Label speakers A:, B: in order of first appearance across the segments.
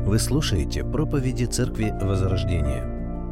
A: Вы слушаете проповеди Церкви Возрождения.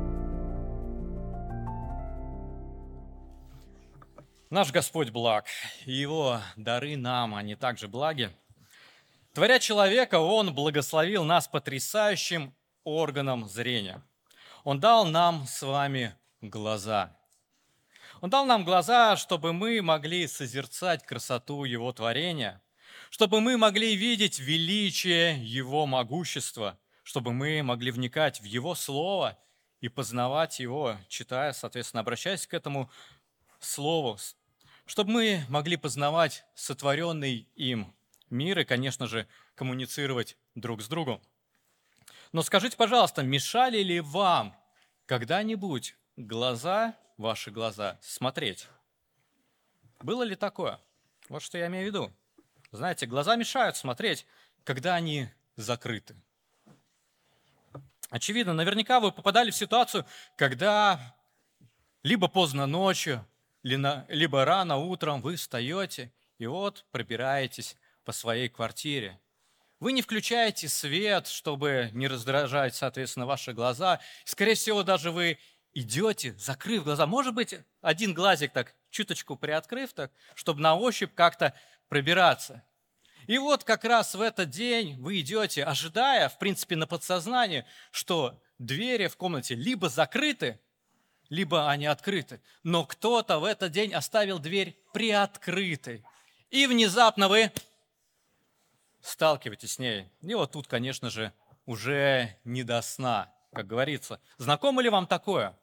B: Наш Господь благ, и Его дары нам, они также благи. Творя человека, Он благословил нас потрясающим органом зрения. Он дал нам с вами глаза. Он дал нам глаза, чтобы мы могли созерцать красоту Его творения, чтобы мы могли видеть величие Его могущества, чтобы мы могли вникать в Его Слово и познавать Его, читая, соответственно, обращаясь к этому Слову, чтобы мы могли познавать сотворенный им мир и, конечно же, коммуницировать друг с другом. Но скажите, пожалуйста, мешали ли вам когда-нибудь ваши глаза, смотреть? Было ли такое? Вот что я имею в виду. Знаете, глаза мешают смотреть, когда они закрыты. Очевидно, наверняка вы попадали в ситуацию, когда либо поздно ночью, либо рано утром вы встаете и вот пробираетесь по своей квартире. Вы не включаете свет, чтобы не раздражать, соответственно, ваши глаза. Скорее всего, даже вы идете, закрыв глаза. Может быть, один глазик так чуточку приоткрыв, так, чтобы на ощупь как-то пробираться. И вот как раз в этот день вы идете, ожидая, в принципе, на подсознании, что двери в комнате либо закрыты, либо они открыты. Но кто-то в этот день оставил дверь приоткрытой. И внезапно вы сталкиваетесь с ней. И вот тут, конечно же, уже не до сна, как говорится. Знакомо ли вам такое?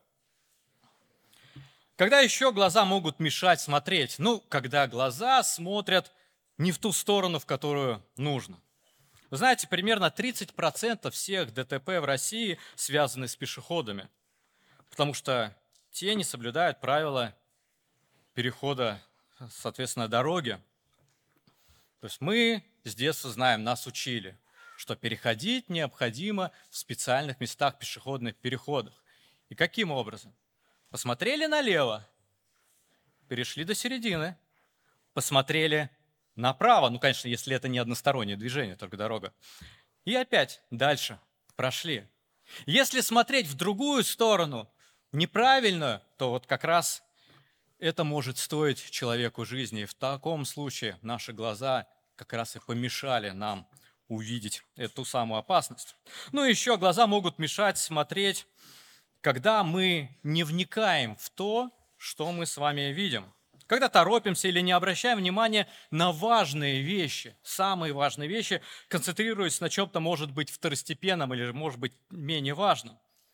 B: Когда еще глаза могут мешать смотреть? Когда глаза смотрят не в ту сторону, в которую нужно. Вы знаете, примерно 30% всех ДТП в России связаны с пешеходами, потому что те не соблюдают правила перехода, соответственно, дороги. То есть мы с детства знаем, нас учили, что переходить необходимо в специальных местах пешеходных переходах. И каким образом? Посмотрели налево, перешли до середины, посмотрели направо, конечно, если это не одностороннее движение, только дорога, и опять дальше прошли. Если смотреть в другую сторону, неправильно, то вот как раз это может стоить человеку жизни. И в таком случае наши глаза как раз и помешали нам увидеть эту самую опасность. Еще глаза могут мешать смотреть, когда мы не вникаем в то, что мы с вами видим. Когда торопимся или не обращаем внимания на важные вещи, самые важные вещи, концентрируясь на чем-то, может быть, второстепенном или, может быть, менее важном.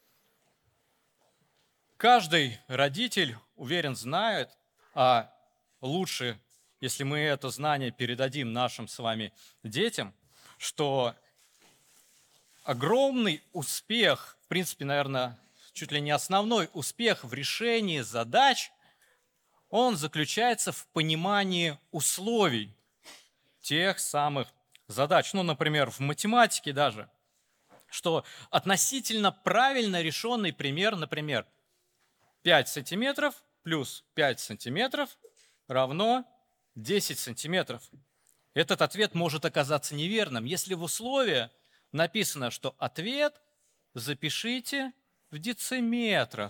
B: Каждый родитель, уверен, знает, а лучше, если мы это знание передадим нашим с вами детям, что огромный успех, в принципе, наверное, чуть ли не основной успех в решении задач, он заключается в понимании условий тех самых задач. Например, в математике даже, что относительно правильно решенный пример, например, 5 сантиметров плюс 5 сантиметров равно 10 сантиметров. Этот ответ может оказаться неверным, если в условии написано, что ответ запишите в дециметрах.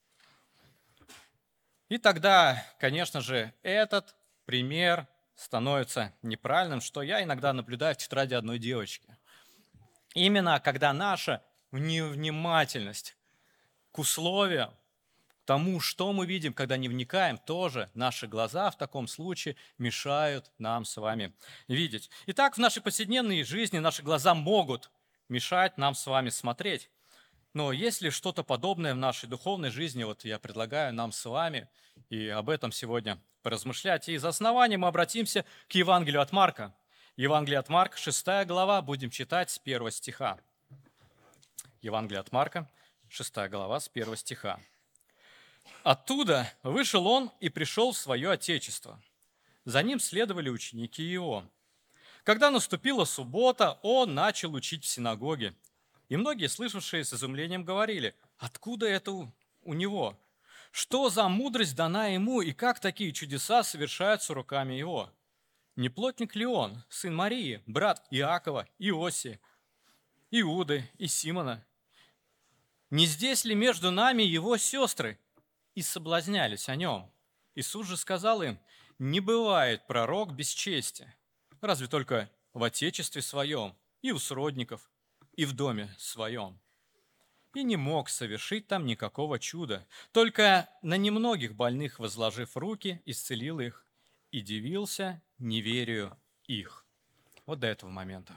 B: И тогда, конечно же, этот пример становится неправильным, что я иногда наблюдаю в тетради одной девочки. Именно когда наша невнимательность к условиям, тому, что мы видим, когда не вникаем, тоже наши глаза в таком случае мешают нам с вами видеть. Итак, в нашей повседневной жизни наши глаза могут мешать нам с вами смотреть. Но есть ли что-то подобное в нашей духовной жизни? Вот я предлагаю нам с вами и об этом сегодня поразмышлять. И за основанием мы обратимся к Евангелию от Марка. Евангелие от Марка, 6 глава, будем читать с 1 стиха. Евангелие от Марка, 6 глава, с 1 стиха. «Оттуда вышел он и пришел в свое отечество. За ним следовали ученики его. Когда наступила суббота, он начал учить в синагоге. И многие, слышавшие с изумлением, говорили: откуда это у него? Что за мудрость дана ему, и как такие чудеса совершаются руками его? Не плотник ли он, сын Марии, брат Иакова, Иосии, Иуды и Симона? Не здесь ли между нами его сестры?» И соблазнялись о нем. Иисус же сказал им: «Не бывает пророк без чести, разве только в отечестве своем, и у сродников, и в доме своем». И не мог совершить там никакого чуда, только на немногих больных, возложив руки, исцелил их, и дивился неверию их. Вот до этого момента.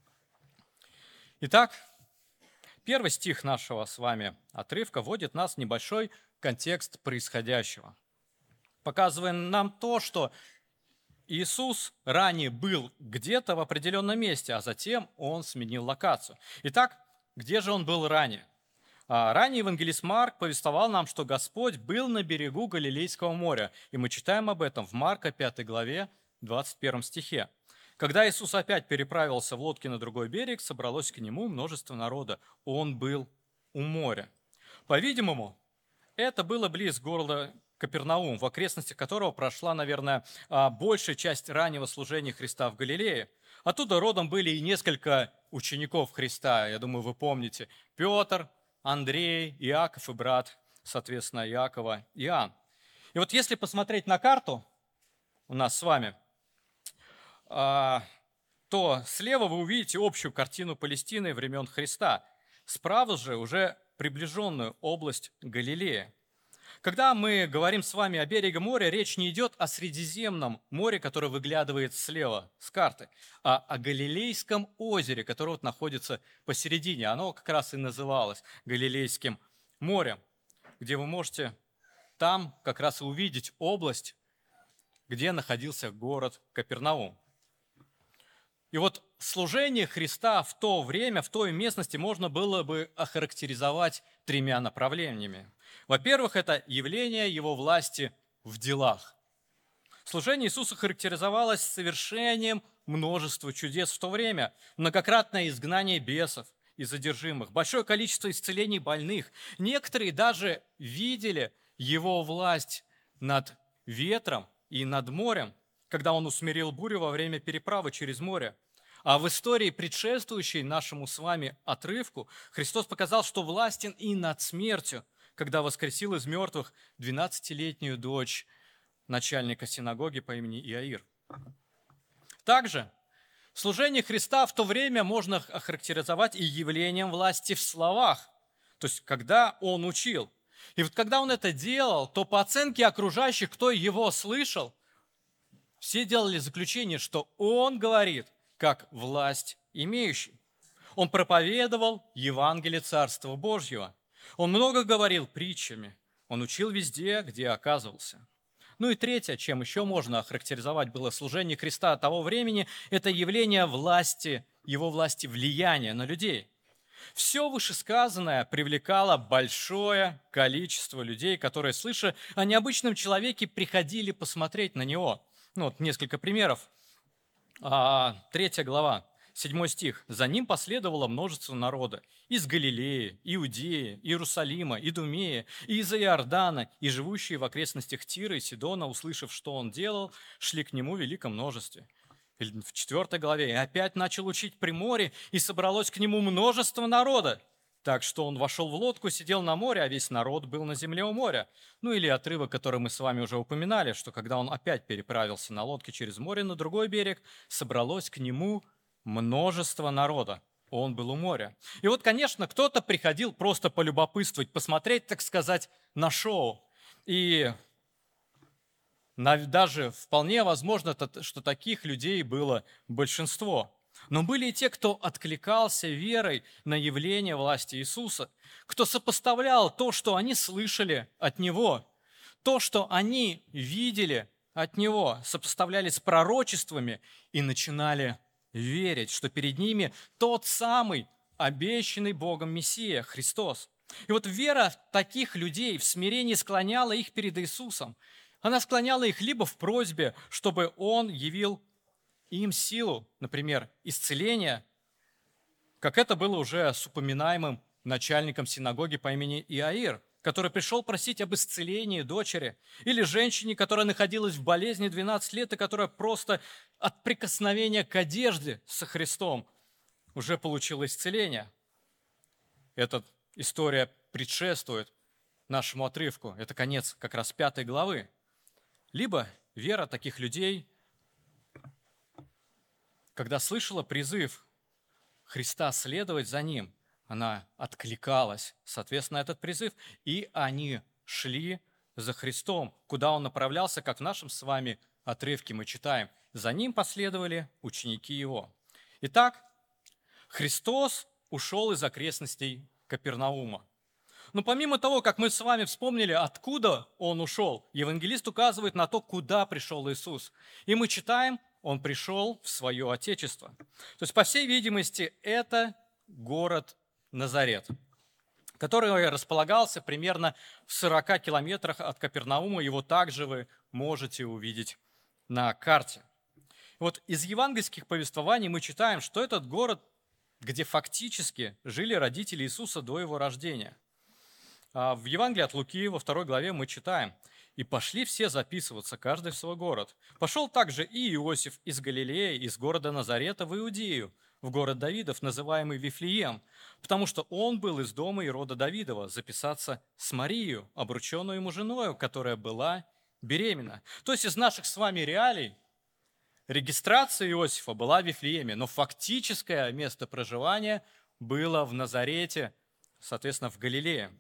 B: Итак, первый стих нашего с вами отрывка вводит нас в небольшой контекст происходящего, показывая нам то, что Иисус ранее был где-то в определенном месте, а затем Он сменил локацию. Итак, где же Он был ранее? Ранее евангелист Марк повествовал нам, что Господь был на берегу Галилейского моря, и мы читаем об этом в Марка 5 главе, 21 стихе. Когда Иисус опять переправился в лодке на другой берег, собралось к Нему множество народа. Он был у моря. По-видимому, это было близ города Капернаум, в окрестностях которого прошла, наверное, большая часть раннего служения Христа в Галилее. Оттуда родом были и несколько учеников Христа, я думаю, вы помните. Петр, Андрей, Иаков и брат, соответственно, Иакова, Иоанн. И вот если посмотреть на карту у нас с вами, то слева вы увидите общую картину Палестины времен Христа. Справа же уже приближенную область Галилея. Когда мы говорим с вами о береге моря, речь не идет о Средиземном море, которое выглядывает слева с карты, а о Галилейском озере, которое вот находится посередине. Оно как раз и называлось Галилейским морем, где вы можете там как раз и увидеть область, где находился город Капернаум. И вот служение Христа в то время, в той местности можно было бы охарактеризовать тремя направлениями. Во-первых, это явление Его власти в делах. Служение Иисуса характеризовалось совершением множества чудес в то время. Многократное изгнание бесов и задержимых, большое количество исцелений больных. Некоторые даже видели Его власть над ветром и над морем, когда Он усмирил бурю во время переправы через море. А в истории, предшествующей нашему с вами отрывку, Христос показал, что властен и над смертью, когда воскресил из мертвых 12-летнюю дочь начальника синагоги по имени Иаир. Также служение Христа в то время можно охарактеризовать и явлением власти в словах, то есть когда Он учил. И вот когда Он это делал, то по оценке окружающих, кто Его слышал, все делали заключение, что Он говорит как власть имеющий. Он проповедовал Евангелие Царства Божьего. Он много говорил притчами. Он учил везде, где оказывался. Ну и третье, чем еще можно охарактеризовать было служение Христа того времени, это явление власти, Его власти влияния на людей. Все вышесказанное привлекало большое количество людей, которые, слыша о необычном человеке, приходили посмотреть на Него. Ну вот несколько примеров. 3 глава, 7 стих. «За ним последовало множество народа из Галилеи, Иудеи, Иерусалима, Идумея, и из Иордана, и живущие в окрестностях Тира и Сидона, услышав, что он делал, шли к нему в великом множестве». В 4 главе: «И опять начал учить при море, и собралось к нему множество народа, так что он вошел в лодку, сидел на море, а весь народ был на земле у моря». Ну или отрывок, который мы с вами уже упоминали, что когда он опять переправился на лодке через море на другой берег, собралось к нему множество народа. Он был у моря. И вот, конечно, кто-то приходил просто полюбопытствовать, посмотреть, так сказать, на шоу. И даже вполне возможно, что таких людей было большинство. Но были и те, кто откликался верой на явление власти Иисуса, кто сопоставлял то, что они слышали от Него, то, что они видели от Него, сопоставляли с пророчествами и начинали верить, что перед ними тот самый обещанный Богом Мессия, Христос. И вот вера таких людей в смирении склоняла их перед Иисусом. Она склоняла их либо в просьбе, чтобы Он явил им силу, например, исцеления, как это было уже с упоминаемым начальником синагоги по имени Иаир, который пришел просить об исцелении дочери, или женщине, которая находилась в болезни 12 лет и которая просто от прикосновения к одежде со Христом уже получил исцеление. Эта история предшествует нашему отрывку. Это конец как раз 5 главы. Либо вера таких людей, когда слышала призыв Христа следовать за Ним, она откликалась, соответственно, на этот призыв, и они шли за Христом, куда Он направлялся, как в нашем с вами отрывке мы читаем. За Ним последовали ученики Его. Итак, Христос ушел из окрестностей Капернаума. Но помимо того, как мы с вами вспомнили, откуда Он ушел, евангелист указывает на то, куда пришел Иисус. И мы читаем, Он пришел в свое Отечество. То есть, по всей видимости, это город Назарет, который располагался примерно в 40 километрах от Капернаума. Его также вы можете увидеть на карте. Вот из евангельских повествований мы читаем, что этот город, где фактически жили родители Иисуса до Его рождения. А в Евангелии от Луки во 2 главе мы читаем: «И пошли все записываться, каждый в свой город. Пошел также и Иосиф из Галилеи, из города Назарета в Иудею, в город Давидов, называемый Вифлеем, потому что он был из дома и рода Давидова, записаться с Марией, обрученную ему женою, которая была беременна». То есть из наших с вами реалий регистрация Иосифа была в Вифлееме, но фактическое место проживания было в Назарете, соответственно, в Галилее.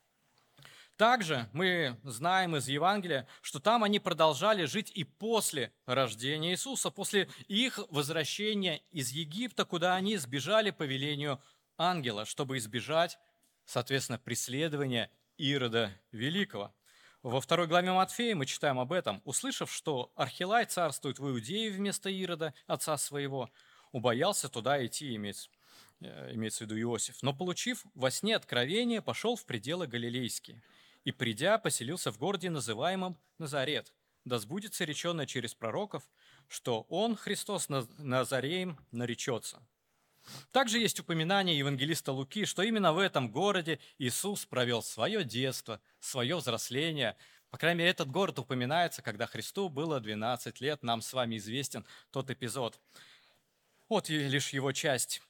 B: Также мы знаем из Евангелия, что там они продолжали жить и после рождения Иисуса, после их возвращения из Египта, куда они сбежали по велению ангела, чтобы избежать, соответственно, преследования Ирода Великого. Во 2 главе Матфея мы читаем об этом. «Услышав, что Архилай царствует в Иудее вместо Ирода, отца своего, убоялся туда идти», имеется в виду Иосиф. «Но, получив во сне откровение, пошел в пределы Галилейские. И, придя, поселился в городе, называемом Назарет. Да сбудется реченное через пророков, что он, Христос, Назареем наречется». Также есть упоминание евангелиста Луки, что именно в этом городе Иисус провел свое детство, свое взросление. По крайней мере, этот город упоминается, когда Христу было 12 лет. Нам с вами известен тот эпизод. Вот и лишь его часть,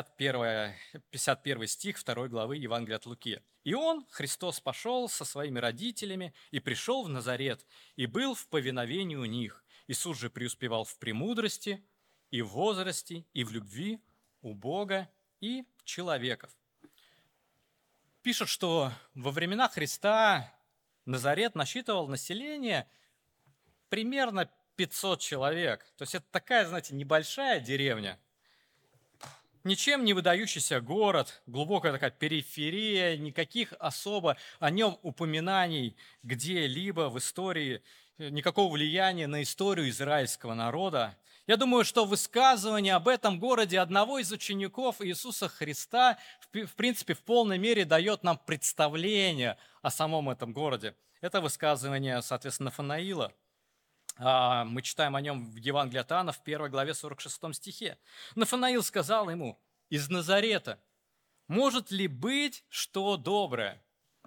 B: 51 стих 2 главы Евангелия от Луки. «И он, Христос, пошел со своими родителями и пришел в Назарет, и был в повиновении у них. Иисус же преуспевал в премудрости, и в возрасте, и в любви у Бога и человеков». Пишут, что во времена Христа Назарет насчитывал население примерно 500 человек. То есть это такая, знаете, небольшая деревня, ничем не выдающийся город, глубокая такая периферия, никаких особо о нем упоминаний где-либо в истории, никакого влияния на историю израильского народа. Я думаю, что высказывание об этом городе одного из учеников Иисуса Христа в принципе в полной мере дает нам представление о самом этом городе. Это высказывание, соответственно, Нафанаила. Мы читаем о нем в Евангелии от Иоанна в 1 главе 46 стихе. Нафанаил сказал ему: «Из Назарета может ли быть что доброе?»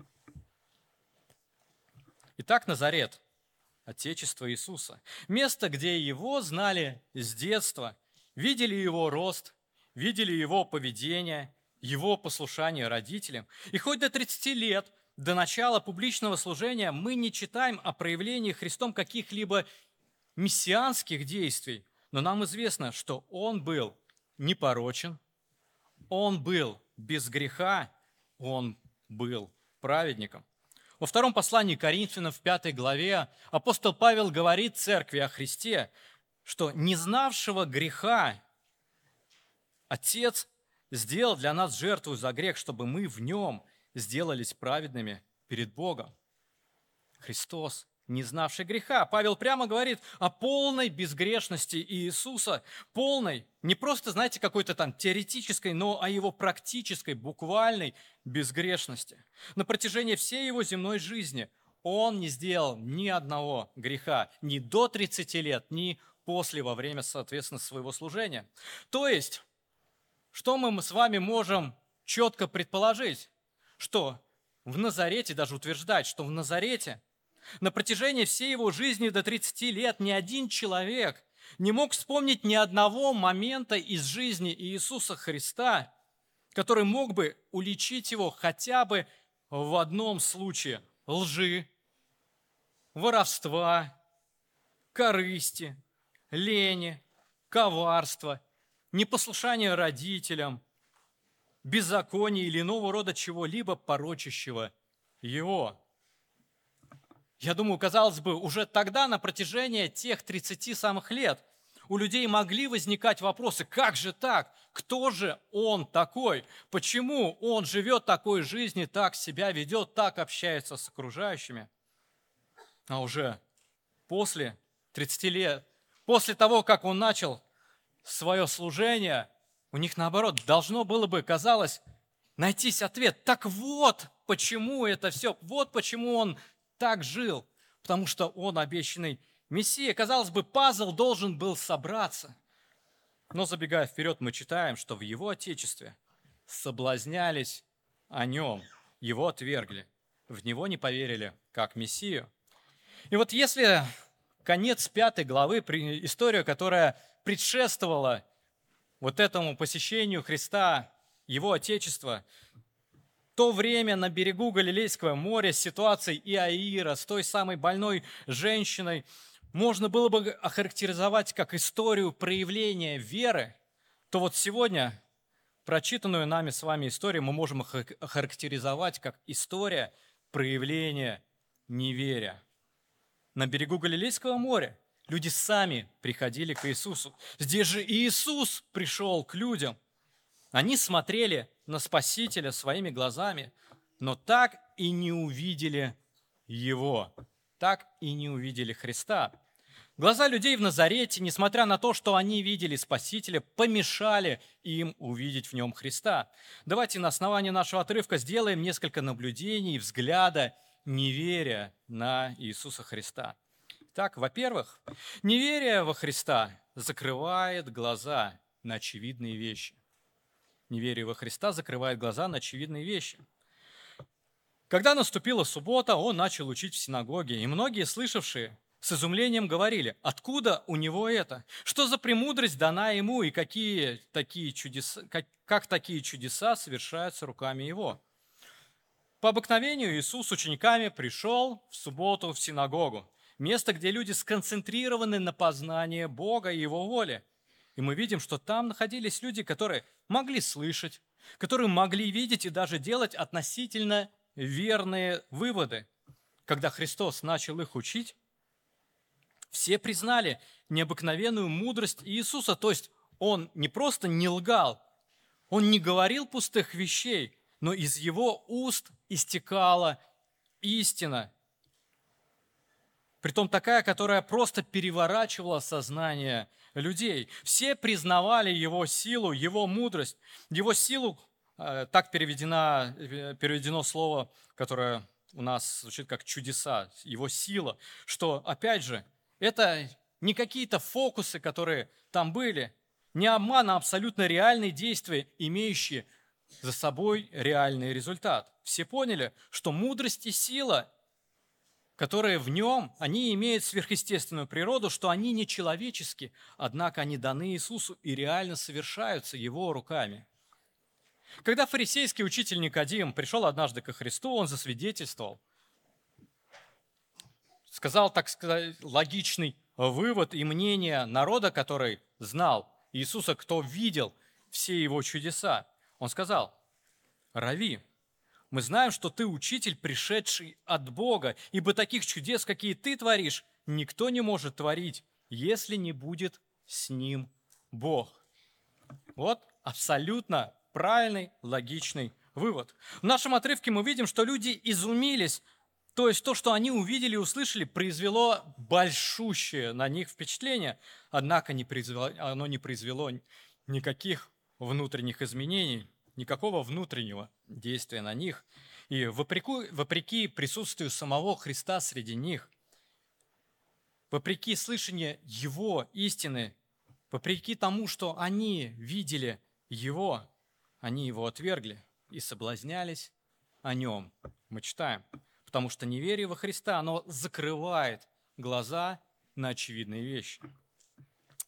B: Итак, Назарет – Отечество Иисуса. Место, где Его знали с детства, видели Его рост, видели Его поведение, Его послушание родителям. И хоть до 30 лет, до начала публичного служения, мы не читаем о проявлении Христом каких-либо мессианских действий, но нам известно, что Он был непорочен, Он был без греха, Он был праведником. Во втором послании к Коринфянам в 5 главе апостол Павел говорит церкви о Христе, что не знавшего греха Отец сделал для нас жертву за грех, чтобы мы в нем сделались праведными перед Богом. Христос, не знавший греха. Павел прямо говорит о полной безгрешности Иисуса, полной, не просто, знаете, какой-то там теоретической, но о Его практической, буквальной безгрешности. На протяжении всей Его земной жизни Он не сделал ни одного греха, ни до 30 лет, ни после, во время, соответственно, своего служения. То есть, что мы с вами можем четко предположить? Что в Назарете, даже утверждать, что в Назарете на протяжении всей его жизни до 30 лет ни один человек не мог вспомнить ни одного момента из жизни Иисуса Христа, который мог бы уличить его хотя бы в одном случае – лжи, воровства, корысти, лени, коварства, непослушания родителям, беззакония или иного рода чего-либо порочащего его. Я думаю, казалось бы, уже тогда, на протяжении тех 30 самых лет, у людей могли возникать вопросы: как же так? Кто же он такой? Почему он живет такой жизнью, так себя ведет, так общается с окружающими? А уже после 30 лет, после того, как он начал свое служение, у них, наоборот, должно было бы, казалось, найтись ответ. Так вот, почему это все, вот почему он так жил, потому что он обещанный Мессия. Казалось бы, пазл должен был собраться. Но забегая вперед, мы читаем, что в его отечестве соблазнялись о нем, его отвергли, в него не поверили как Мессию. И вот если конец 5 главы, история, которая предшествовала вот этому посещению Христа, его отечества, то время на берегу Галилейского моря с ситуацией Иаира, с той самой больной женщиной, можно было бы охарактеризовать как историю проявления веры, то вот сегодня прочитанную нами с вами историю мы можем охарактеризовать как история проявления неверия. На берегу Галилейского моря люди сами приходили к Иисусу. Здесь же Иисус пришел к людям. Они смотрели на Спасителя своими глазами, но так и не увидели Его, так и не увидели Христа. Глаза людей в Назарете, несмотря на то, что они видели Спасителя, помешали им увидеть в нем Христа. Давайте на основании нашего отрывка сделаем несколько наблюдений, взгляда неверия на Иисуса Христа. Так, во-первых, неверие во Христа закрывает глаза на очевидные вещи. Неверие во Христа закрывает глаза на очевидные вещи. Когда наступила суббота, он начал учить в синагоге, и многие, слышавшие, с изумлением говорили: откуда у него это? Что за премудрость дана ему, и как такие чудеса совершаются руками его? По обыкновению Иисус с учениками пришел в субботу в синагогу, место, где люди сконцентрированы на познании Бога и Его воли. И мы видим, что там находились люди, которые могли слышать, которые могли видеть и даже делать относительно верные выводы. Когда Христос начал их учить, все признали необыкновенную мудрость Иисуса. То есть Он не просто не лгал, Он не говорил пустых вещей, но из Его уст истекала истина. Притом такая, которая просто переворачивала сознание людей. Все признавали Его силу, Его мудрость. Его силу, так переведено слово, которое у нас звучит как чудеса, Его сила, что, опять же, это не какие-то фокусы, которые там были, не обман, а абсолютно реальные действия, имеющие за собой реальный результат. Все поняли, что мудрость и сила, которые в нем, они имеют сверхъестественную природу, что они не человеческие, однако они даны Иисусу и реально совершаются Его руками. Когда фарисейский учитель Никодим пришел однажды ко Христу, он засвидетельствовал, сказал, так сказать, логичный вывод и мнение народа, который знал Иисуса, кто видел все Его чудеса. Он сказал: «Рави, мы знаем, что ты учитель, пришедший от Бога, ибо таких чудес, какие ты творишь, никто не может творить, если не будет с ним Бог». Вот абсолютно правильный, логичный вывод. В нашем отрывке мы видим, что люди изумились, то есть то, что они увидели и услышали, произвело большущее на них впечатление, однако оно не произвело никаких внутренних изменений, никакого внутреннего действия на них. И вопреки присутствию самого Христа среди них, вопреки слышанию Его истины, вопреки тому, что они видели Его, они Его отвергли и соблазнялись о Нем. Мы читаем, потому что неверие во Христа, оно закрывает глаза на очевидные вещи.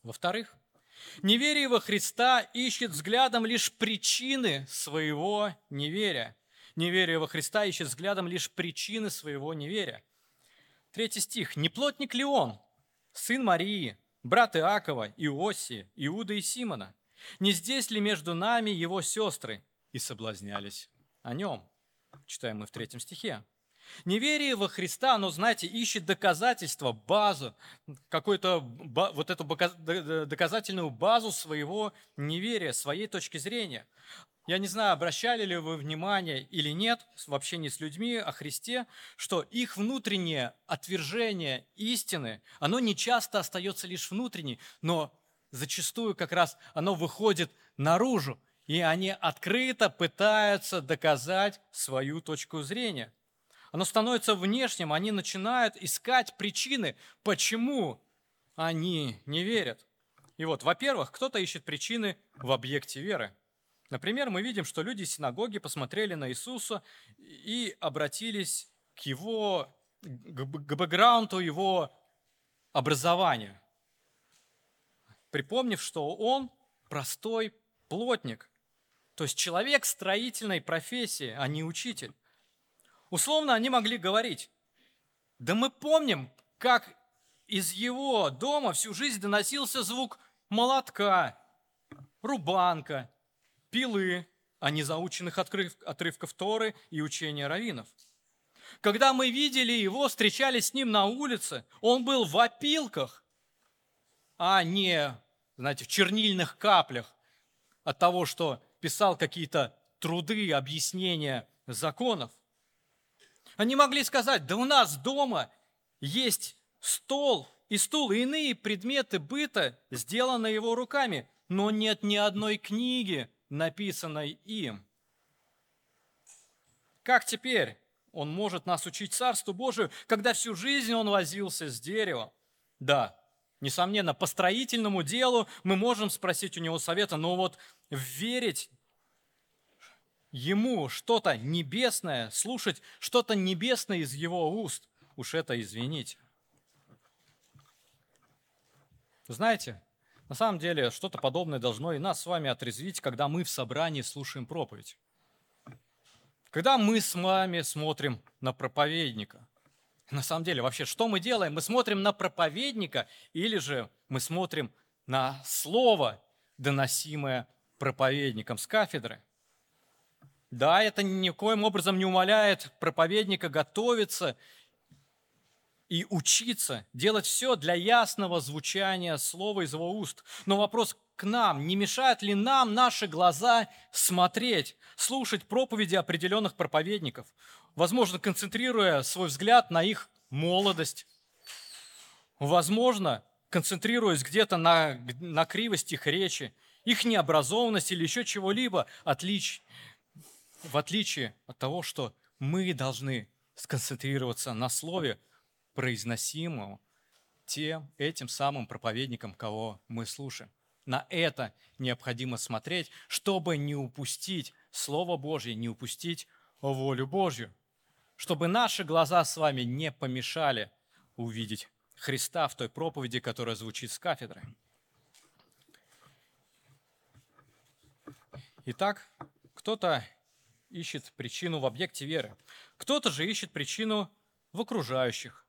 B: Во-вторых, неверие во Христа ищет взглядом лишь причины своего неверия. Неверие во Христа ищет взглядом лишь причины своего неверия. 3 стих. «Не плотник ли он, сын Марии, брат Иакова, Иосии, Иуда и Симона? Не здесь ли между нами его сестры?» И соблазнялись о нем. Читаем мы в 3 стихе. Неверие во Христа, оно, знаете, ищет доказательства, базу, какую-то вот эту доказательную базу своего неверия, своей точки зрения. Я не знаю, обращали ли вы внимание или нет в общении с людьми о Христе, что их внутреннее отвержение истины, оно не часто остается лишь внутренней, но зачастую как раз оно выходит наружу, и они открыто пытаются доказать свою точку зрения. Оно становится внешним, они начинают искать причины, почему они не верят. И вот, во-первых, кто-то ищет причины в объекте веры. Например, мы видим, что люди из синагоги посмотрели на Иисуса и обратились к бэкграунду его образования, припомнив, что он простой плотник, то есть человек строительной профессии, а не учитель. Условно они могли говорить: да мы помним, как из его дома всю жизнь доносился звук молотка, рубанка, пилы, а не заученных отрывков Торы и учения раввинов. Когда мы видели его, встречались с ним на улице, он был в опилках, а не, знаете, в чернильных каплях от того, что писал какие-то труды, объяснения законов. Они могли сказать: да у нас дома есть стол и стул, и иные предметы быта, сделанные его руками, но нет ни одной книги, написанной им. Как теперь он может нас учить Царству Божию, когда всю жизнь он возился с деревом? Да, несомненно, по строительному делу мы можем спросить у него совета, но вот верить ему что-то небесное, слушать что-то небесное из его уст, уж это извините. Знаете, на самом деле что-то подобное должно и нас с вами отрезвить, когда мы в собрании слушаем проповедь. Когда мы с вами смотрим на проповедника. На самом деле, вообще, что мы делаем? Мы смотрим на проповедника или же мы смотрим на слово, доносимое проповедником с кафедры? Да, это никоим образом не умаляет проповедника готовиться и учиться, делать все для ясного звучания слова из его уст. Но вопрос к нам: не мешают ли нам наши глаза смотреть, слушать проповеди определенных проповедников, возможно, концентрируя свой взгляд на их молодость, возможно, концентрируясь где-то на кривости их речи, их необразованность или еще чего-либо, в отличие от того, что мы должны сконцентрироваться на слове, произносимом этим самым проповедником, кого мы слушаем. На это необходимо смотреть, чтобы не упустить Слово Божье, не упустить волю Божью, чтобы наши глаза с вами не помешали увидеть Христа в той проповеди, которая звучит с кафедры. Итак, кто-то ищет причину в объекте веры, кто-то же ищет причину в окружающих,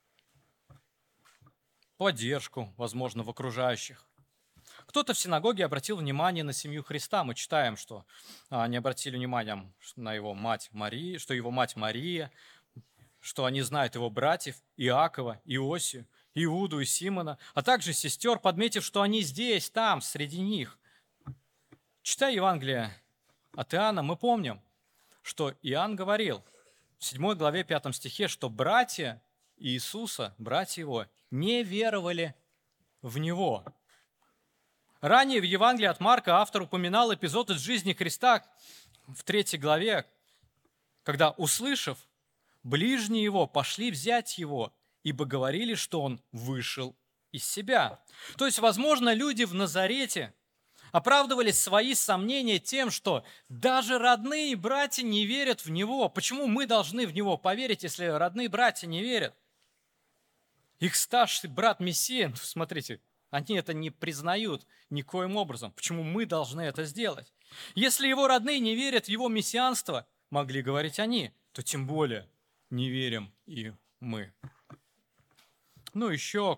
B: поддержку, возможно, в окружающих. Кто-то в синагоге обратил внимание на семью Христа. Мы читаем, что они обратили внимание на его мать Марию, что его мать Мария, что они знают его братьев Иакова, Иосию, Иуду и Симона, а также сестер, подметив, что они здесь, там, среди них. Читая Евангелие от Иоанна, мы помним, что Иоанн говорил в 7 главе 5 стихе, что братья Иисуса, братья его, не веровали в Него. Ранее в Евангелии от Марка автор упоминал эпизод из жизни Христа в 3 главе, когда, услышав, ближние его пошли взять его, ибо говорили, что он вышел из себя. То есть, возможно, люди в Назарете оправдывали свои сомнения тем, что даже родные братья не верят в Него. Почему мы должны в Него поверить, если родные братья не верят? Их старший брат Мессия, смотрите, Они это не признают никоим образом. Почему мы должны это сделать? Если его родные не верят в его мессианство, могли говорить они, то тем более не верим и мы. Ну, еще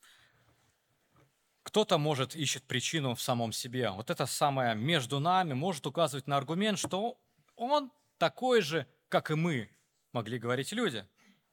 B: кто-то, может, ищет причину в самом себе. Вот это самое между нами может указывать на аргумент, что он такой же, как и мы, могли говорить люди.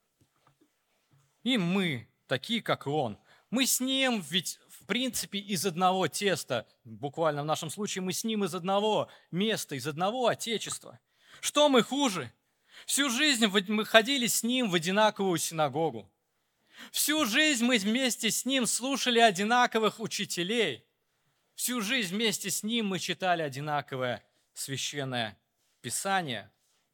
B: И мы такие, как и он. Мы с ним ведь, в принципе, из одного теста, буквально в нашем случае, мы с ним из одного места, из одного отечества. Что мы хуже? Всю жизнь мы ходили с ним в одинаковую синагогу. Всю жизнь мы вместе с ним слушали одинаковых учителей. Всю жизнь вместе с ним мы читали одинаковое священное Писание.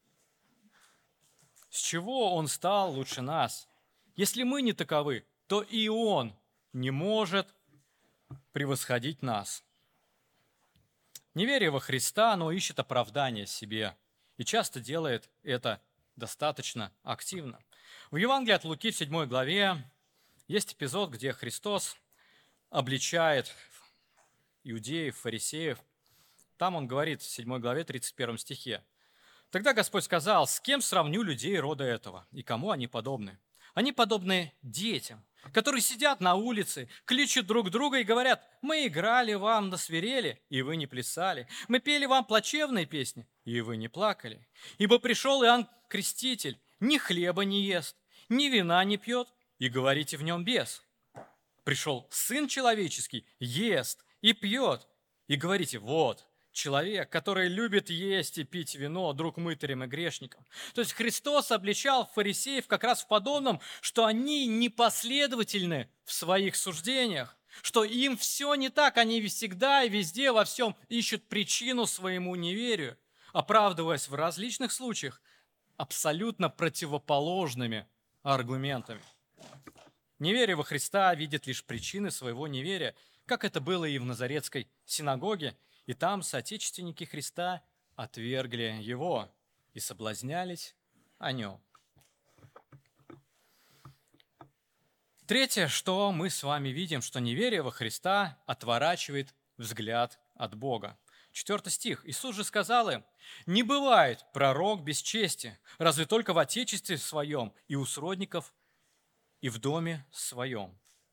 B: С чего он стал лучше нас? Если мы не таковы, то и он не может превосходить нас. Неверие во Христа, оно ищет оправдание себе и часто делает это достаточно активно. В Евангелии от Луки в 7 главе есть эпизод, где Христос обличает иудеев, фарисеев. Там он говорит в 7 главе 31 стихе. «Тогда Господь сказал, с кем сравню людей рода этого, и кому они подобны? Они подобны детям, которые сидят на улице, кличут друг друга и говорят, мы играли вам на свирели, и вы не плясали. Мы пели вам плачевные песни, и вы не плакали. Ибо пришел Иоанн Креститель, ни хлеба не ест, ни вина не пьет, и говорите в нем бес. Пришел Сын Человеческий, ест и пьет, и говорите, вот, человек, который любит есть и пить вино, друг мытарям и грешникам». То есть Христос обличал фарисеев как раз в подобном, что они непоследовательны в своих суждениях, что им все не так, они всегда и везде во всем ищут причину своему неверию, оправдываясь в различных случаях абсолютно противоположными аргументами. Неверие во Христа видит лишь причины своего неверия, как это было и в Назаретской синагоге, и там соотечественники Христа отвергли его и соблазнялись о нем. Третье, что мы с вами видим, что неверие во Христа отворачивает взгляд от Бога. 4 стих. Иисус же сказал им, «Не бывает пророк без чести, разве только в отечестве своем и у сродников, и в доме своем».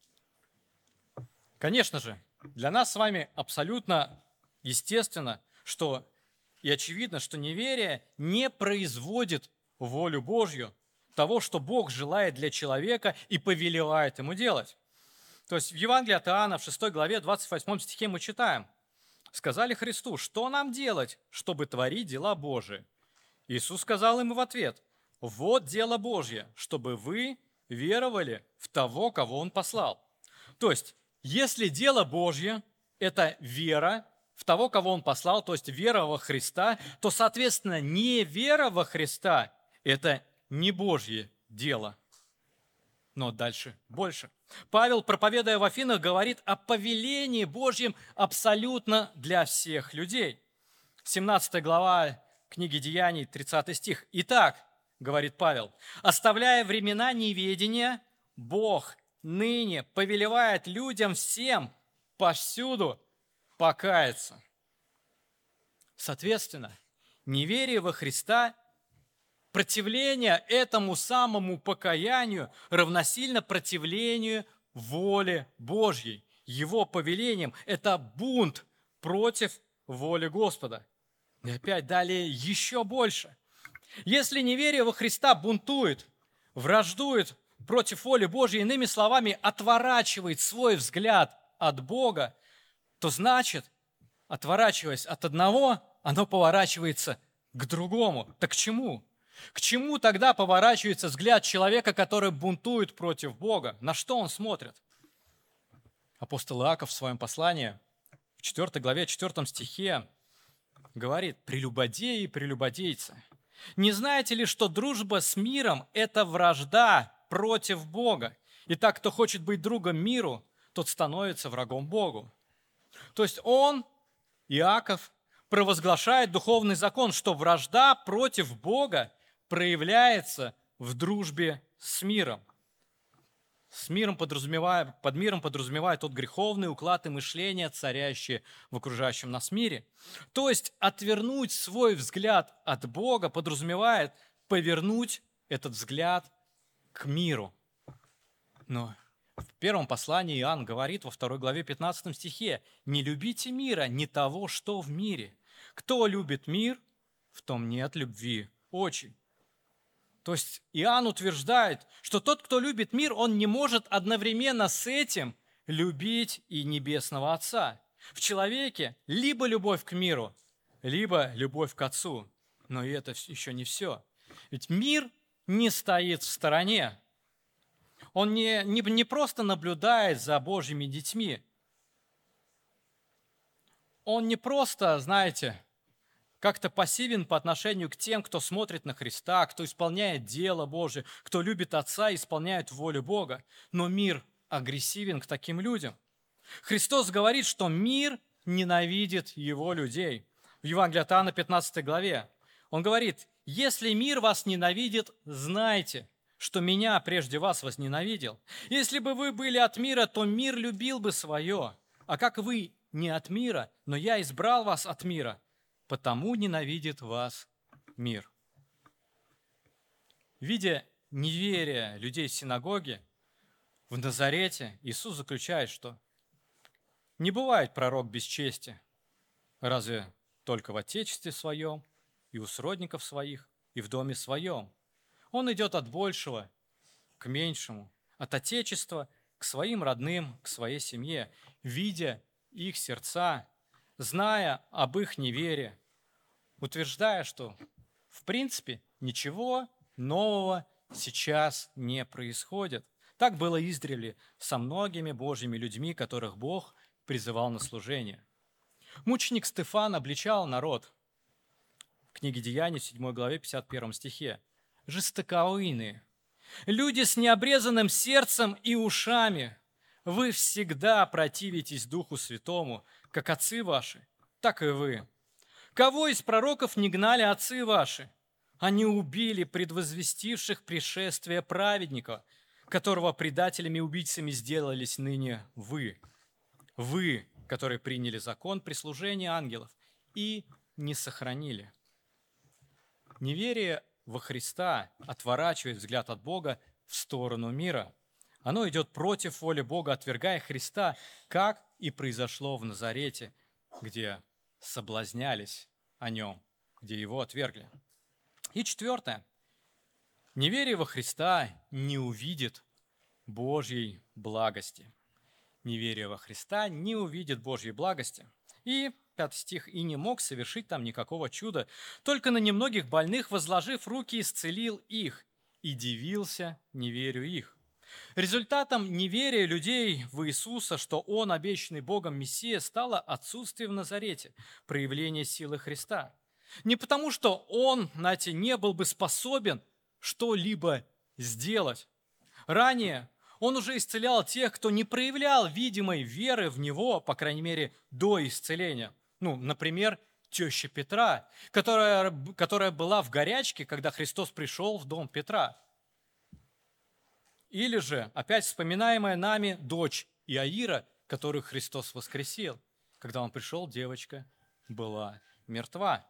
B: Конечно же, для нас с вами абсолютно естественно, что и очевидно, что неверие не производит волю Божью, того, что Бог желает для человека и повелевает ему делать. То есть в Евангелии от Иоанна в 6 главе 28 стихе мы читаем, «Сказали Христу, что нам делать, чтобы творить дела Божии?» Иисус сказал им в ответ, «Вот дело Божье, чтобы вы веровали в того, кого Он послал». То есть, если дело Божье – это вера в того, кого Он послал, то есть вера во Христа, то, соответственно, не вера во Христа – это не Божье дело. Но дальше больше. Павел, проповедуя в Афинах, говорит о повелении Божьем абсолютно для всех людей. 17 глава книги Деяний, 30 стих. «Итак, — говорит Павел, — оставляя времена неведения, Бог ныне повелевает людям всем повсюду покаяться». Соответственно, неверие во Христа, противление этому самому покаянию равносильно противлению воле Божьей, Его повелением. Это бунт против воли Господа. И опять далее еще больше. Если неверие во Христа бунтует, враждует против воли Божьей, иными словами, отворачивает свой взгляд от Бога, то значит, отворачиваясь от одного, оно поворачивается к другому. Так к чему? К чему тогда поворачивается взгляд человека, который бунтует против Бога? На что он смотрит? Апостол Иаков в своем послании, в 4 главе, 4 стихе, говорит: «Прелюбодеи и прелюбодейцы, не знаете ли, что дружба с миром – это вражда против Бога? Итак, кто хочет быть другом миру, тот становится врагом Богу». То есть он, Иаков, провозглашает духовный закон, что вражда против Бога проявляется в дружбе с миром. Под миром подразумевает тот греховный уклад и мышление, царящие в окружающем нас мире. То есть отвернуть свой взгляд от Бога подразумевает повернуть этот взгляд к миру. Но в первом послании Иоанн говорит во 2 главе 15 стихе: «Не любите мира, не того, что в мире. Кто любит мир, в том нет любви отчей». То есть Иоанн утверждает, что тот, кто любит мир, он не может одновременно с этим любить и Небесного Отца. В человеке либо любовь к миру, либо любовь к Отцу. Но и это еще не все. Ведь мир не стоит в стороне. Он не просто наблюдает за Божьими детьми. Он не просто, знаете, как-то пассивен по отношению к тем, кто смотрит на Христа, кто исполняет дело Божие, кто любит Отца и исполняет волю Бога. Но мир агрессивен к таким людям. Христос говорит, что мир ненавидит его людей. В Евангелии от Иоанна 15 главе он говорит: «Если мир вас ненавидит, знайте, что меня прежде вас возненавидел. Если бы вы были от мира, то мир любил бы свое. А как вы не от мира, но я избрал вас от мира, потому ненавидит вас мир». Видя неверие людей в синагоге, в Назарете, Иисус заключает, что не бывает пророк без чести, разве только в отечестве своем, и у сродников своих, и в доме своем. Он идет от большего к меньшему, от отечества к своим родным, к своей семье, видя их сердца, зная об их неверии, утверждая, что в принципе ничего нового сейчас не происходит. Так было издревле со многими Божьими людьми, которых Бог призывал на служение. Мученик Стефан обличал народ в книге Деяний, 7 главе, 51 стихе. «Жестоковыйные, люди с необрезанным сердцем и ушами, вы всегда противитесь Духу Святому, как отцы ваши, так и вы. Кого из пророков не гнали отцы ваши? Они убили предвозвестивших пришествие праведника, которого предателями и убийцами сделались ныне вы. Вы, которые приняли закон при служении ангелов и не сохранили». Неверие во Христа отворачивает взгляд от Бога в сторону мира. Оно идет против воли Бога, отвергая Христа, как и произошло в Назарете, где соблазнялись о нем, где его отвергли. И четвертое. Неверие во Христа не увидит Божьей благости. Неверие во Христа не увидит Божьей благости. И 5 стих: «И не мог совершить там никакого чуда, только на немногих больных, возложив руки, исцелил их, и дивился неверию их». Результатом неверия людей в Иисуса, что Он, обещанный Богом Мессия, стало отсутствие в Назарете, проявление силы Христа. Не потому, что Он, знаете, не был бы способен что-либо сделать. Ранее Он уже исцелял тех, кто не проявлял видимой веры в Него, по крайней мере, до исцеления. Например, теща Петра, которая была в горячке, когда Христос пришел в дом Петра. Или же, опять вспоминаемая нами дочь Иаира, которую Христос воскресил. Когда Он пришел, девочка была мертва.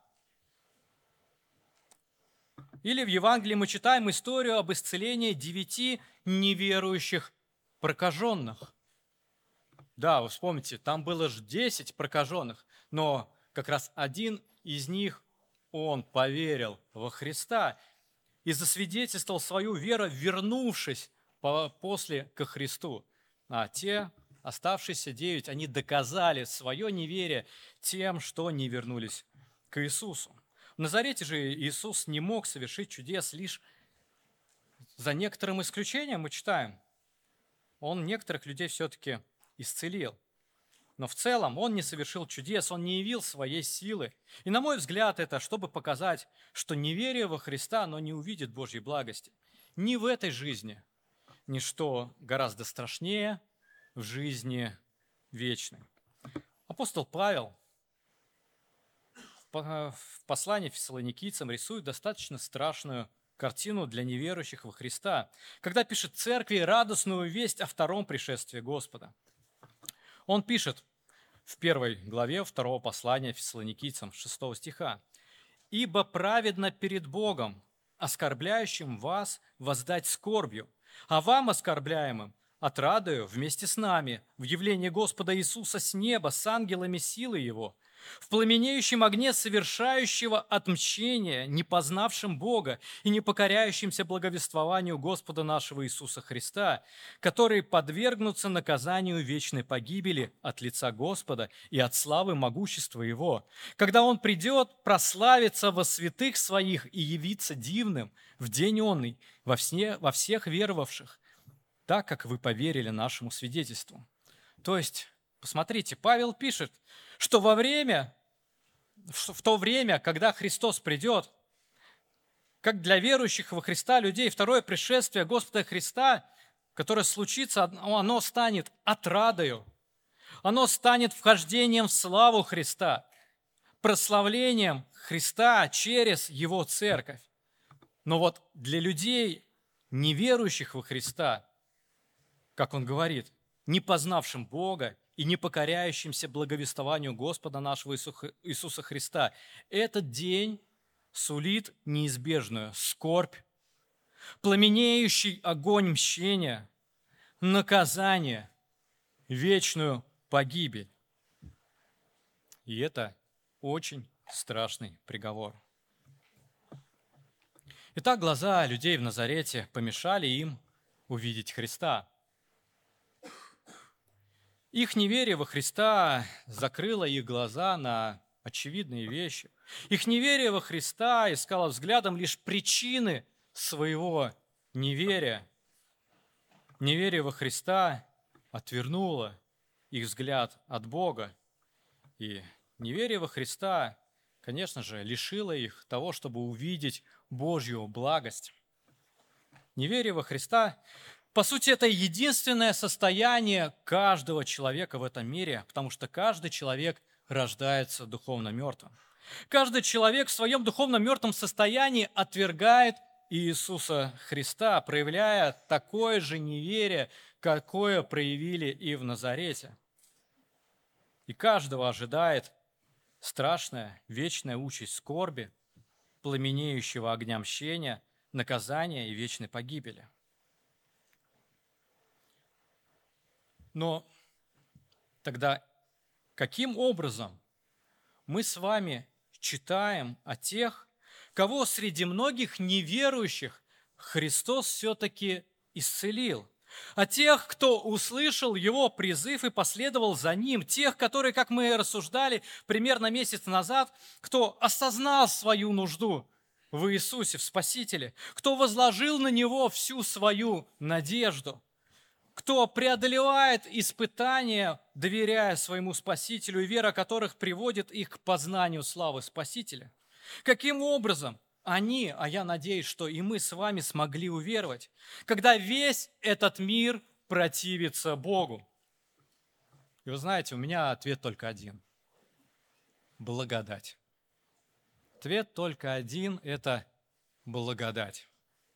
B: Или в Евангелии мы читаем историю об исцелении 9 неверующих прокаженных. Да, вы вспомните, там было же 10 прокаженных, но как раз один из них, он поверил во Христа и засвидетельствовал свою веру, вернувшись после ко Христу. А те, оставшиеся 9, они доказали свое неверие тем, что не вернулись к Иисусу. В Назарете же Иисус не мог совершить чудес лишь за некоторым исключением, мы читаем. Он некоторых людей все-таки исцелил. Но в целом Он не совершил чудес, Он не явил своей силы. И на мой взгляд, это чтобы показать, что неверие во Христа, оно не увидит Божьей благости. Ни в этой жизни, ни что гораздо страшнее в жизни вечной. Апостол Павел в послании фессалоникийцам рисует достаточно страшную картину для неверующих во Христа, когда пишет церкви радостную весть о втором пришествии Господа. Он пишет в 1 главе 2 послания Фессалоникийцам 6 стиха: «Ибо праведно перед Богом, оскорбляющим вас, воздать скорбью, а вам, оскорбляемым, отрадою вместе с нами в явлении Господа Иисуса с неба, с ангелами силы Его, в пламенеющем огне совершающего отмщения, не познавшим Бога и не покоряющимся благовествованию Господа нашего Иисуса Христа, которые подвергнутся наказанию вечной погибели от лица Господа и от славы могущества Его, когда Он придет прославиться во святых Своих и явиться дивным в день онный во всех веровавших, так как вы поверили нашему свидетельству». То есть, посмотрите, Павел пишет, что в то время, когда Христос придет, как для верующих во Христа людей, второе пришествие Господа Христа, которое случится, оно станет отрадою, оно станет вхождением в славу Христа, прославлением Христа через Его церковь. Но вот для людей, неверующих во Христа, как он говорит, не познавшим Бога и не покоряющимся благовествованию Господа нашего Иисуса Христа, этот день сулит неизбежную скорбь, пламенеющий огонь мщения, наказание, вечную погибель. И это очень страшный приговор. Итак, глаза людей в Назарете помешали им увидеть Христа. Их неверие во Христа закрыло их глаза на очевидные вещи. Их неверие во Христа искало взглядом лишь причины своего неверия. Неверие во Христа отвернуло их взгляд от Бога. И неверие во Христа, конечно же, лишило их того, чтобы увидеть Божью благость. Неверие во Христа, по сути, это единственное состояние каждого человека в этом мире, потому что каждый человек рождается духовно мертвым. Каждый человек в своем духовно мертвом состоянии отвергает Иисуса Христа, проявляя такое же неверие, какое проявили и в Назарете. И каждого ожидает страшная вечная участь скорби, пламенеющего огня мщения, наказания и вечной погибели. Но тогда каким образом мы с вами читаем о тех, кого среди многих неверующих Христос все-таки исцелил? О тех, кто услышал Его призыв и последовал за Ним, тех, которые, как мы рассуждали примерно месяц назад, кто осознал свою нужду в Иисусе, в Спасителе, кто возложил на Него всю свою надежду, кто преодолевает испытания, доверяя своему Спасителю, и вера которых приводит их к познанию славы Спасителя. Каким образом они, а я надеюсь, что и мы с вами смогли уверовать, когда весь этот мир противится Богу? И вы знаете, у меня ответ только один – благодать. Ответ только один – это благодать.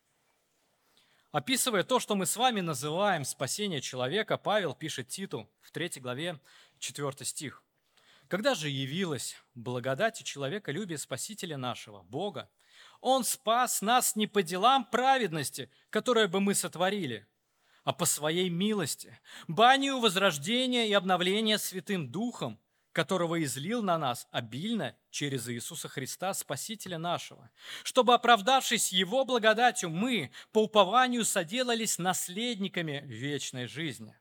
B: Описывая то, что мы с вами называем спасение человека, Павел пишет Титу в 3 главе 4 стих. «Когда же явилась благодать и человеколюбие Спасителя нашего, Бога, Он спас нас не по делам праведности, которые бы мы сотворили, а по Своей милости, банию возрождения и обновления Святым Духом, которого излил на нас обильно через Иисуса Христа, Спасителя нашего, чтобы, оправдавшись Его благодатью, мы по упованию соделались наследниками вечной жизни».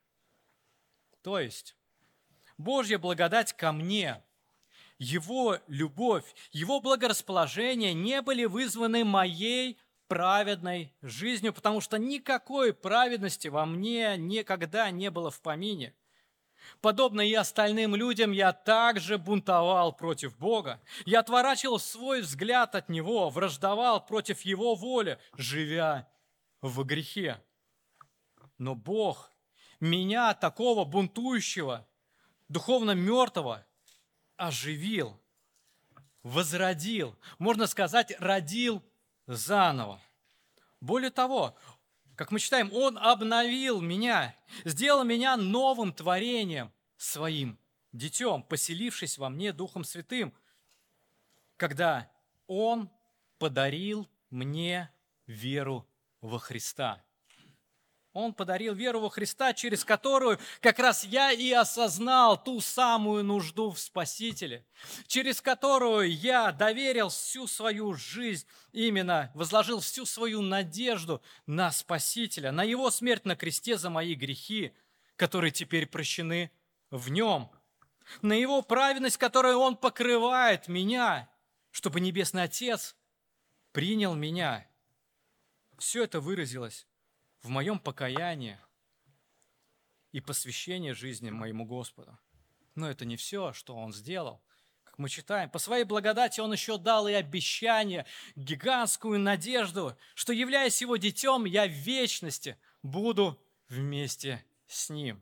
B: То есть, Божья благодать ко мне, Его любовь, Его благорасположение не были вызваны моей праведной жизнью, потому что никакой праведности во мне никогда не было в помине. Подобно и остальным людям, я также бунтовал против Бога. Я отворачивал свой взгляд от Него, враждовал против Его воли, живя в грехе. Но Бог меня, такого бунтующего, духовно мертвого, оживил, возродил, можно сказать, родил заново. Более того, как мы читаем, Он обновил меня, сделал меня новым творением, своим детем, поселившись во мне Духом Святым, когда Он подарил мне веру во Христа. Он подарил веру во Христа, через которую как раз я и осознал ту самую нужду в Спасителе, через которую я доверил всю свою жизнь, именно возложил всю свою надежду на Спасителя, на Его смерть на кресте за мои грехи, которые теперь прощены в Нем, на Его праведность, которой Он покрывает меня, чтобы Небесный Отец принял меня. Все это выразилось в моем покаянии и посвящении жизни моему Господу. Но это не все, что Он сделал. Как мы читаем, по своей благодати Он еще дал и обещание, гигантскую надежду, что, являясь Его детем, я в вечности буду вместе с Ним.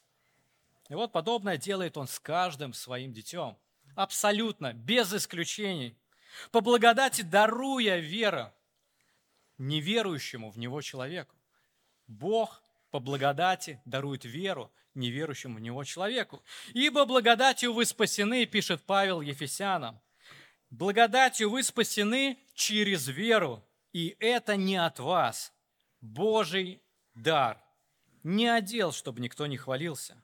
B: И вот подобное делает Он с каждым своим детем. Абсолютно, без исключений. По благодати даруя веру неверующему в Него человеку. Бог по благодати дарует веру неверующему в Него человеку. «Ибо благодатью вы спасены», пишет Павел Ефесянам. «Благодатью вы спасены через веру, и это не от вас, Божий дар, не отдел, чтобы никто не хвалился».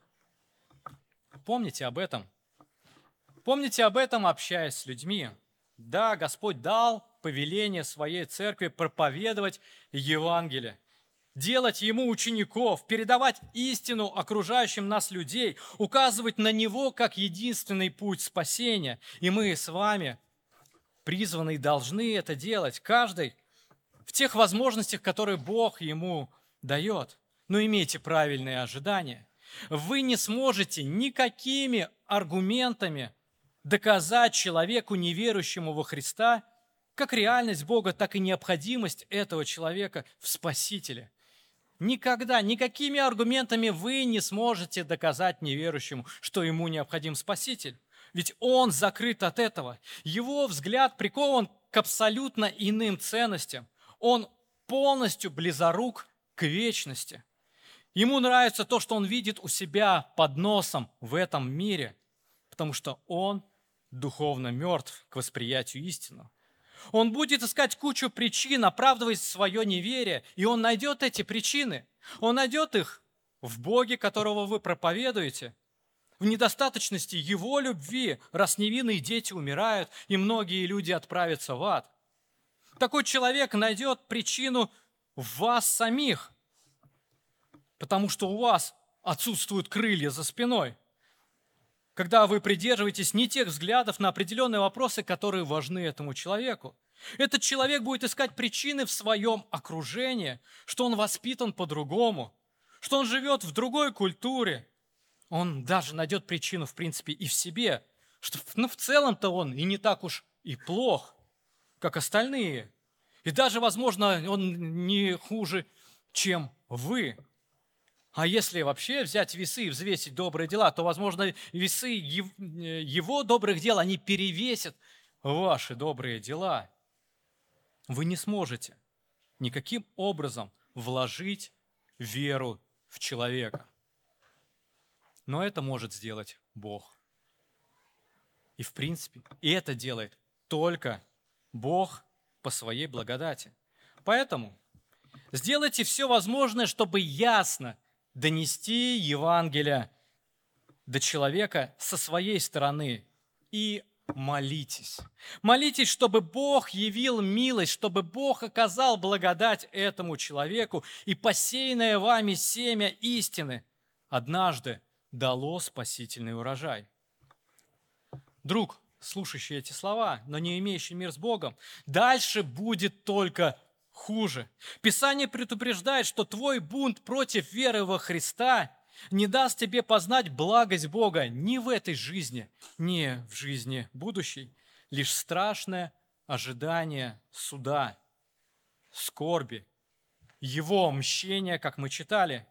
B: Помните об этом. Помните об этом, общаясь с людьми. Да, Господь дал повеление своей церкви проповедовать Евангелие, делать Ему учеников, передавать истину окружающим нас людей, указывать на Него как единственный путь спасения. И мы с вами призваны и должны это делать, каждый в тех возможностях, которые Бог ему дает. Но имейте правильные ожидания. Вы не сможете никакими аргументами доказать человеку, неверующему во Христа, как реальность Бога, так и необходимость этого человека в Спасителе. Никогда, никакими аргументами вы не сможете доказать неверующему, что ему необходим Спаситель. Ведь он закрыт от этого. Его взгляд прикован к абсолютно иным ценностям. Он полностью близорук к вечности. Ему нравится то, что он видит у себя под носом в этом мире, потому что он духовно мертв к восприятию истины. Он будет искать кучу причин, оправдывать свое неверие, и он найдет эти причины. Он найдет их в Боге, которого вы проповедуете, в недостаточности Его любви, раз невинные дети умирают, и многие люди отправятся в ад. Такой человек найдет причину в вас самих, потому что у вас отсутствуют крылья за спиной, когда вы придерживаетесь не тех взглядов на определенные вопросы, которые важны этому человеку. Этот человек будет искать причины в своем окружении, что он воспитан по-другому, что он живет в другой культуре. Он даже найдет причину, в принципе, и в себе, что в целом-то он и не так уж и плох, как остальные. И даже, возможно, он не хуже, чем вы. А если вообще взять весы и взвесить добрые дела, то, возможно, весы его добрых дел, они перевесят ваши добрые дела. Вы не сможете никаким образом вложить веру в человека. Но это может сделать Бог. И в принципе, и это делает только Бог по своей благодати. Поэтому сделайте все возможное, чтобы ясно донести Евангелие до человека со своей стороны и молитесь. Молитесь, чтобы Бог явил милость, чтобы Бог оказал благодать этому человеку, и посеянное вами семя истины однажды дало спасительный урожай. Друг, слушающий эти слова, но не имеющий мир с Богом, дальше будет только хуже. Писание предупреждает, что твой бунт против веры во Христа не даст тебе познать благость Бога ни в этой жизни, ни в жизни будущей. Лишь страшное ожидание суда, скорби, Его мщения, как мы читали,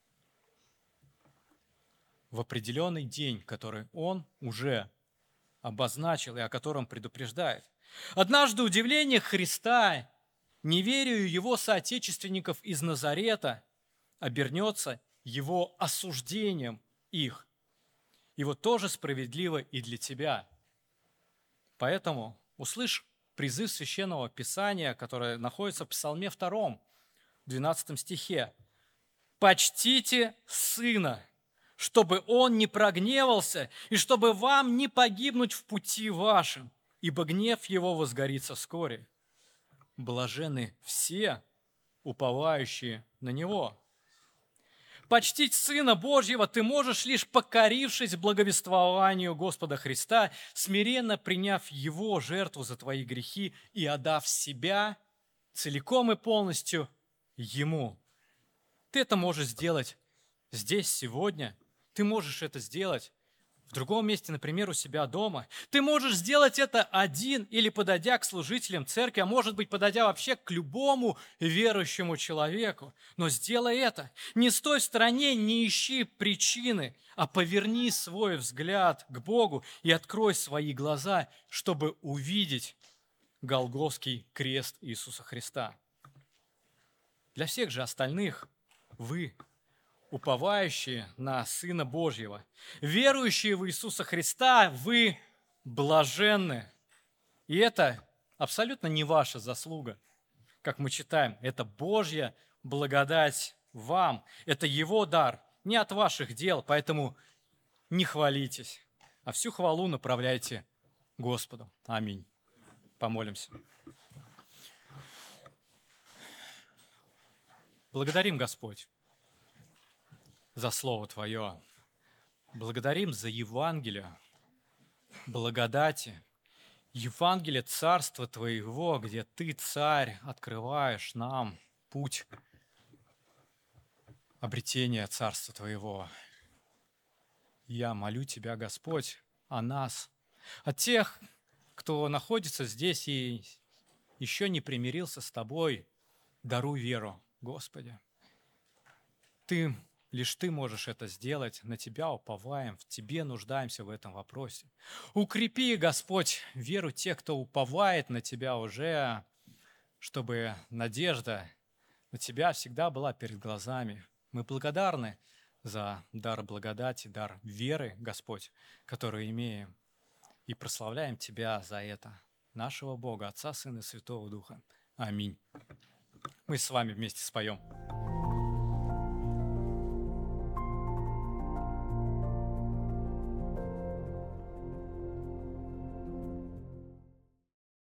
B: в определенный день, который Он уже обозначил и о котором предупреждает. Однажды удивление Христа неверию его соотечественников из Назарета обернется его осуждением их. И вот тоже справедливо и для тебя. Поэтому услышь призыв Священного Писания, которое находится в Псалме 2, в 12 стихе. «Почтите Сына, чтобы Он не прогневался, и чтобы вам не погибнуть в пути вашем, ибо гнев Его возгорится вскоре. Блаженны все, уповающие на Него». Почтить Сына Божьего ты можешь, лишь покорившись благовествованию Господа Христа, смиренно приняв Его жертву за твои грехи и отдав себя целиком и полностью Ему. Ты это можешь сделать здесь, сегодня. Ты можешь это сделать в другом месте, например, у себя дома. Ты можешь сделать это один или подойдя к служителям церкви, а может быть, подойдя вообще к любому верующему человеку. Но сделай это. Не стой в стороне, не ищи причины, а поверни свой взгляд к Богу и открой свои глаза, чтобы увидеть Голгофский крест Иисуса Христа. Для всех же остальных вы, уповающие на Сына Божьего, верующие в Иисуса Христа, вы блаженны. И это абсолютно не ваша заслуга, как мы читаем. Это Божья благодать вам. Это Его дар, не от ваших дел, поэтому не хвалитесь, а всю хвалу направляйте Господу. Аминь. Помолимся. Благодарим, Господь, за Слово Твое. Благодарим за Евангелие, благодати, Евангелие Царства Твоего, где Ты, Царь, открываешь нам путь обретения Царства Твоего. Я молю Тебя, Господь, о нас, о тех, кто находится здесь и еще не примирился с Тобой. Даруй веру, Господи. Лишь Ты можешь это сделать, на Тебя уповаем, в Тебе нуждаемся в этом вопросе. Укрепи, Господь, веру тех, кто уповает на Тебя уже, чтобы надежда на Тебя всегда была перед глазами. Мы благодарны за дар благодати, дар веры, Господь, который имеем, и прославляем Тебя за это, нашего Бога, Отца, Сына и Святого Духа. Аминь. Мы с вами вместе споем.